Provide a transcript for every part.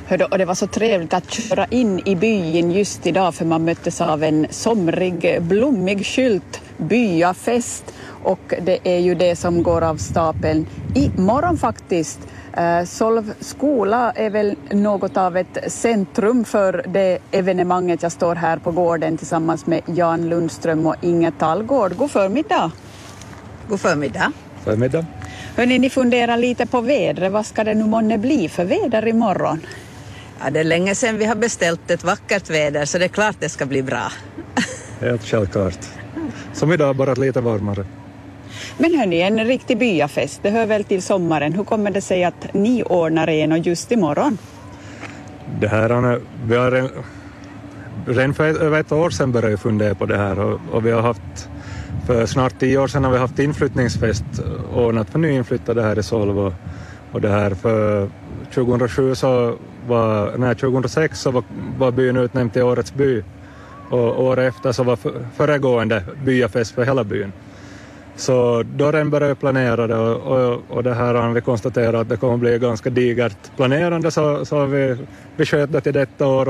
Hörde, och det var så trevligt att köra in i byn just idag, för man möttes av en somrig, blommig skylt, byafest, och det är ju det som går av stapeln imorgon faktiskt. Solv skola är väl något av ett centrum för det evenemanget. Jag står här på gården tillsammans med Jan Lundström och Inge Tallgård. God förmiddag. God förmiddag. Förmiddag. Hörrni, ni funderar lite på vädret. Vad ska det nu månne bli för väder imorgon? Ja, det är länge sedan vi har beställt ett vackert väder, så det är klart det ska bli bra. Helt självklart. Som idag, bara lite varmare. Men hörni, en riktig byafest, det hör väl till sommaren. Hur kommer det sig att ni ordnar en och just imorgon? Det här, vi har redan för över ett år sedan började fundera på det här, och vi har haft, för snart 10 år sedan har vi haft inflyttningsfest ordnat för nyinflyttade här i Solv, och det här för 2007 2006 så var byn utnämnd till årets by, och året efter så var föregående byafest för hela byn. Så då den började planera det, och det här har vi konstaterat att det kommer bli ganska digert planerande, så har vi sköt det till detta år,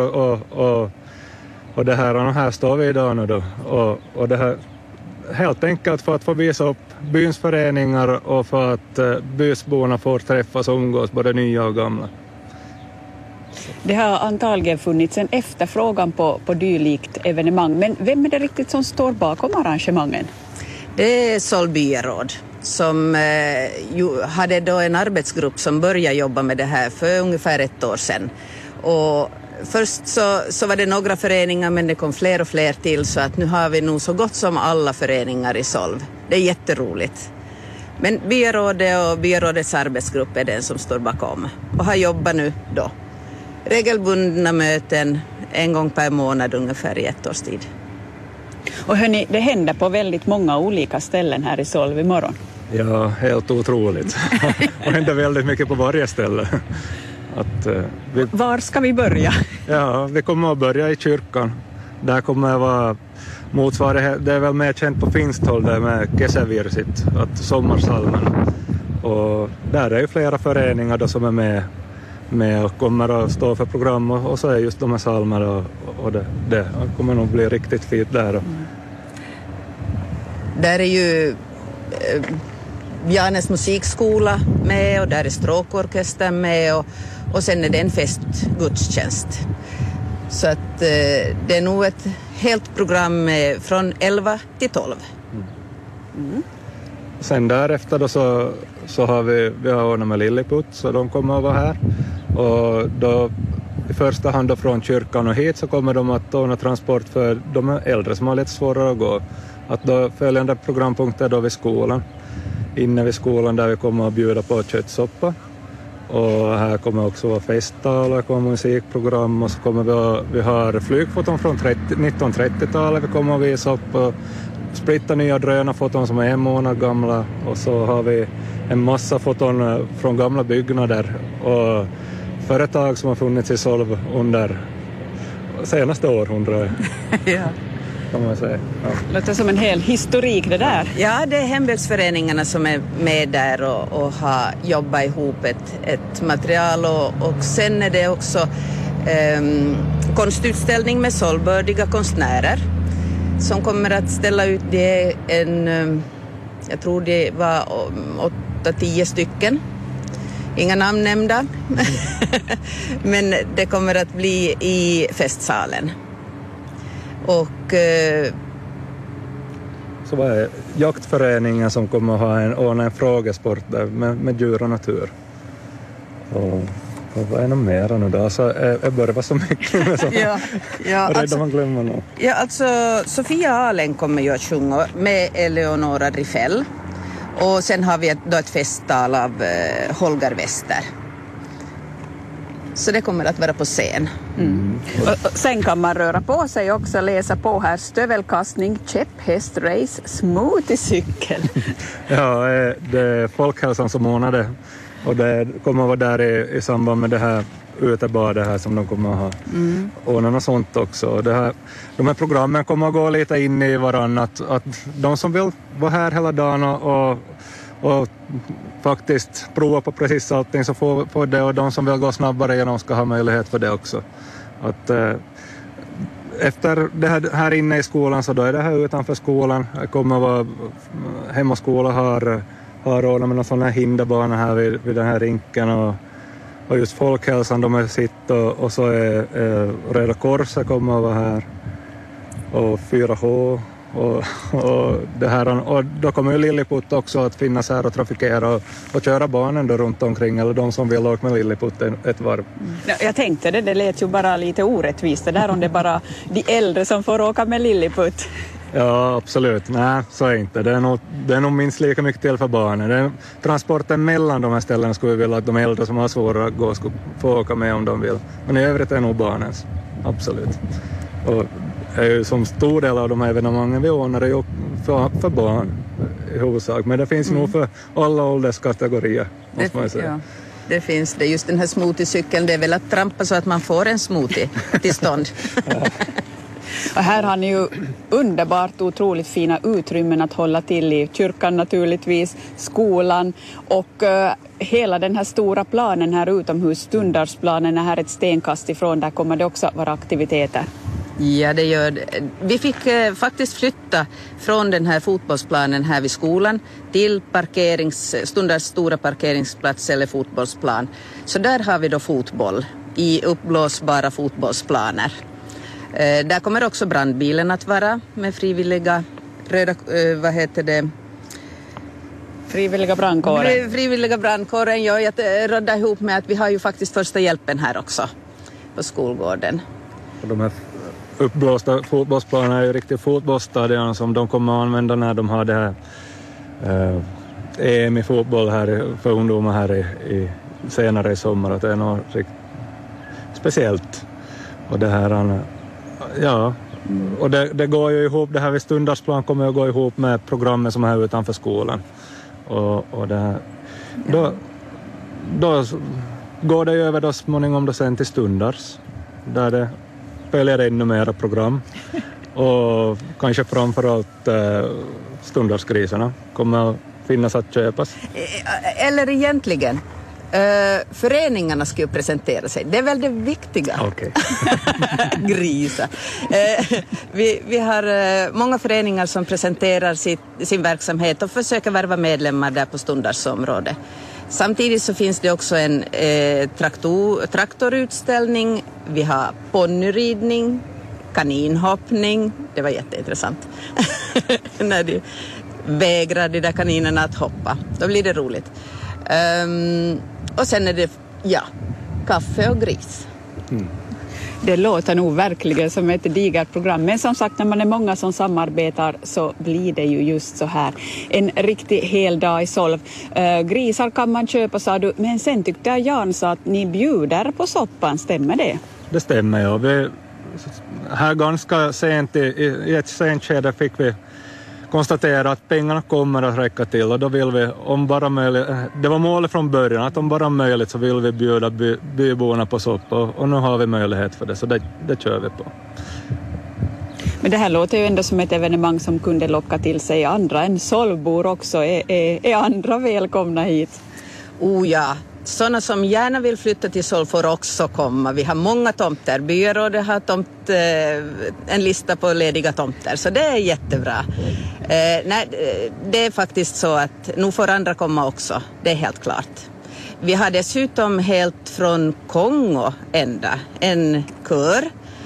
och det här står vi idag nu då, och det här helt enkelt för att få visa upp byns föreningar och för att bysborna får träffas och umgås, både nya och gamla. Det har antagligen funnits en efterfrågan på dylikt evenemang, men vem är det riktigt som står bakom arrangemangen? Det är Solv byaråd som hade då en arbetsgrupp som började jobba med det här för ungefär 1 år sedan. Och först så var det några föreningar, men det kom fler och fler till, så att nu har vi nog så gott som alla föreningar i Solv. Det är jätteroligt. Men byarådet och byarådets arbetsgrupp är den som står bakom och har jobbat nu då. Regelbundna möten 1 gång per månad ungefär i 1 års tid. Och hörni, det händer på väldigt många olika ställen här i Solv imorgon. Ja, helt otroligt. Det händer väldigt mycket på varje ställe. Var ska vi börja? Ja, vi kommer att börja i kyrkan. Där kommer att vara motsvarighet, det är väl mer känt på finskt håll, det med Kesävirsit, att sommarsalmen. Och där är ju flera föreningar då som är med och kommer att stå för program, och så är just de här salmerna, och det kommer nog bli riktigt fint där. Där är ju Janes musikskola med, och där är stråkorkestern med, och sen är det en festgudstjänst. Så att det är nog ett helt program från 11 till 12. Sen därefter då så har vi har ordnat med Lilliput, så de kommer att vara här. Och då i första hand då från kyrkan och hit så kommer de att ordna transport för de äldre som har lite svårare att gå. Att då följande programpunkter då vid skolan. Inne vid skolan där vi kommer att bjuda på köttsoppa. Och här kommer också vara festtal, och kommer musikprogram, och så kommer vi har flygfoton från 1930-talet vi kommer att visa upp, och splitta nya drönarfoton som är 1 månad gamla, och så har vi en massa foton från gamla byggnader och företag som har funnits i Solv under senaste århundradet. Ja. Kan man säga. Ja. Låter som en hel historik det där. Ja, det är hembygdsföreningarna som är med där och har jobbat ihop ett material, och sen är det också konstutställning med solbördiga konstnärer som kommer att ställa ut. Det jag tror det var 8-10 stycken. Inga namn nämnda. Men det kommer att bli i festsalen. Och så var det jaktföreningen som kommer att ha ordna en frågesport där med djur och natur. Och vad är det mer nu då? Så jag börjar vara så mycket så alltså, man glömmer nog. Ja, alltså Sofia Alen kommer ju att sjunga med Eleonora Riffell. Och sen har vi då ett festtal av Holger Wester. Så det kommer att vara på scen. Och sen kan man röra på sig också, läsa på här: stövelkastning, käpphäst, race, smoothiecykel. Ja, det är Folkhälsan som ordnar det. Och det kommer att vara där i samband med det här utebadet här som de kommer att ha. Ordna och sånt också. Och de här programmen kommer att gå lite in i varandra. Att de som vill vara här hela dagen och faktiskt prova på precis allting, så får det, och de som vill gå snabbare igenom ska ha möjlighet för det också. Att efter det här inne i skolan, så då är det här utanför skolan. Jag kommer att vara Hem och skola har ordnat med någon sån här hinderbana här vid den här rinken, och just folkhälsan, de är sitt, och så är Röda Korset kommer att vara här, och 4H och det här, och då kommer ju Lilliput också att finnas här och trafikera och köra barnen då runt omkring, eller de som vill åka med Lilliput ett varv. Jag tänkte det lät ju bara lite orättvist det där, om det är bara de äldre som får åka med Lilliput. Ja, absolut. Nej, så är inte. Det är nog minst lika mycket till för barnen. Transporten mellan de här ställena skulle vi vilja att de äldre som har svårare att gå skulle få åka med om de vill. Men i övrigt är nog barnens. Absolut. Och som stor del av de här evenemangen vi ordnar är ju för barn i huvudsak. Men det finns nog för alla ålderskategorier, måste man säga. Ja. Det finns det. Just den här smoothie-cykeln, det är väl att trampa så att man får en smoothie till stånd. Ja. Och här har ni ju underbart otroligt fina utrymmen att hålla till i. Kyrkan naturligtvis, skolan och hela den här stora planen här utomhus, Stundarsplanen, är här ett stenkast ifrån. Där kommer det också vara aktiviteter. Ja, det gör det. Vi fick faktiskt flytta från den här fotbollsplanen här vid skolan till Stundars stora parkeringsplats eller fotbollsplan. Så där har vi då fotboll i uppblåsbara fotbollsplaner. Där kommer också brandbilen att vara med frivilliga Frivilliga brandkåren. Frivilliga brandkåren, ja, jag råddar ihop med att vi har ju faktiskt första hjälpen här också på skolgården. Och de här uppblåsta fotbollsplanerna är ju riktigt fotbollsstadion som de kommer att använda när de har det här EM i fotboll här för ungdomar här i senare i sommar. Att det är något riktigt speciellt. Och det här, ja, och det går ju ihop, det här vid Stundarsplan kommer att gå ihop med programmet som är här utanför skolan. Och det här, då går det ju över då småningom då sen till Stundars, där det följer ännu mera program. Och kanske framförallt Stundarsgrisarna kommer att finnas att köpas. Eller egentligen, föreningarna ska ju presentera sig. Det är väl det viktiga. Okay. Grisar. Vi har många föreningar som presenterar sin verksamhet och försöker värva medlemmar där på Stundars område. Samtidigt så finns det också en traktorutställning. Vi har ponnyridning, kaninhoppning. Det var jätteintressant. När de vägrar de där kaninerna att hoppa. Då blir det roligt. Och sen är det, kaffe och gris. Mm. Det låter nog verkligen som ett digert program. Men som sagt, när man är många som samarbetar så blir det ju just så här. En riktig hel dag i Solv. Grisar kan man köpa, sa du. Men sen tyckte jag Jan sa att ni bjuder på soppan. Stämmer det? Det stämmer, ja. Vi, här ganska sent i ett sent skede fick vi konstatera att pengarna kommer att räcka till, och då vill vi, om bara möjligt, det var målet från början, att om bara möjligt så vill vi bjuda byborna på soppa, och nu har vi möjlighet för det, så det kör vi på. Men det här låter ju ändå som ett evenemang som kunde locka till sig andra än Solvbor också. Är andra välkomna hit? Oh ja, sådana som gärna vill flytta till Solv får också komma. Vi har många tomter. Byrådet har en lista på lediga tomter, så det är jättebra. Nej, det är faktiskt så att nu får andra komma också. Det är helt klart. Vi har dessutom helt från Kongo ända en kör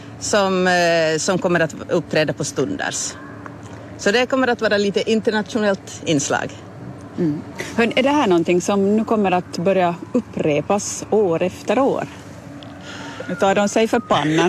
som kommer att uppträda på Stundars. Så det kommer att vara lite internationellt inslag. Mm. Är det här någonting som nu kommer att börja upprepas år efter år? Nu tar de sig för pannan.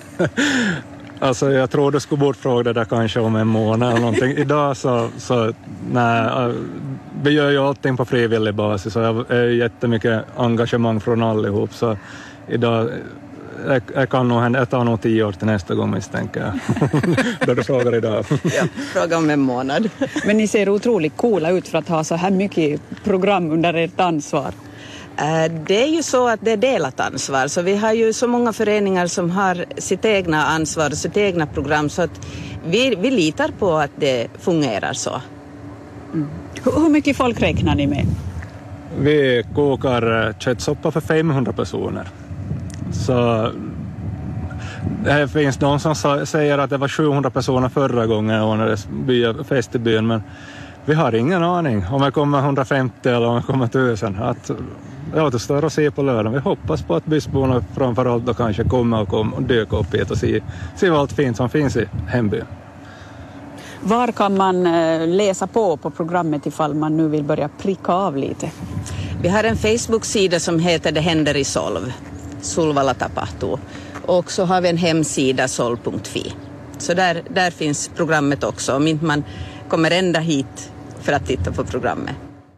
Alltså jag tror du skulle bortfråga det där kanske om en månad eller någonting. Idag så nej, vi gör ju allting på frivillig basis, och jag är jättemycket engagemang från allihop, så idag jag kan nog hända, jag tar nog 10 år till nästa gång, misstänker jag. Då du frågar idag. Ja, fråga om en månad. Men ni ser otroligt coola ut för att ha så här mycket program under ert ansvar. Det är ju så att det är delat ansvar, så vi har ju så många föreningar som har sitt egna ansvar och sitt egna program, så att vi litar på att det fungerar så. Mm. Hur mycket folk räknar ni med? Vi kokar köttsoppa för 500 personer. Så det finns de som säger att det var 700 personer förra gången ordnades fest i byn, men vi har ingen aning om det kommer 150 eller om det kommer 1000. Det återstår att se på lördagen. Vi hoppas på att bysborna framförallt då kanske kommer och dyka upp hit och se vad allt fint som finns i hembyn. Var kan man läsa på programmet ifall man nu vill börja pricka av lite? Vi har en Facebook-sida som heter Det händer i Solv, Sulvalla tapahtuu. Och så har vi en hemsida solv.fi. Så där finns programmet också, om inte man kommer ända hit för att titta på programmet.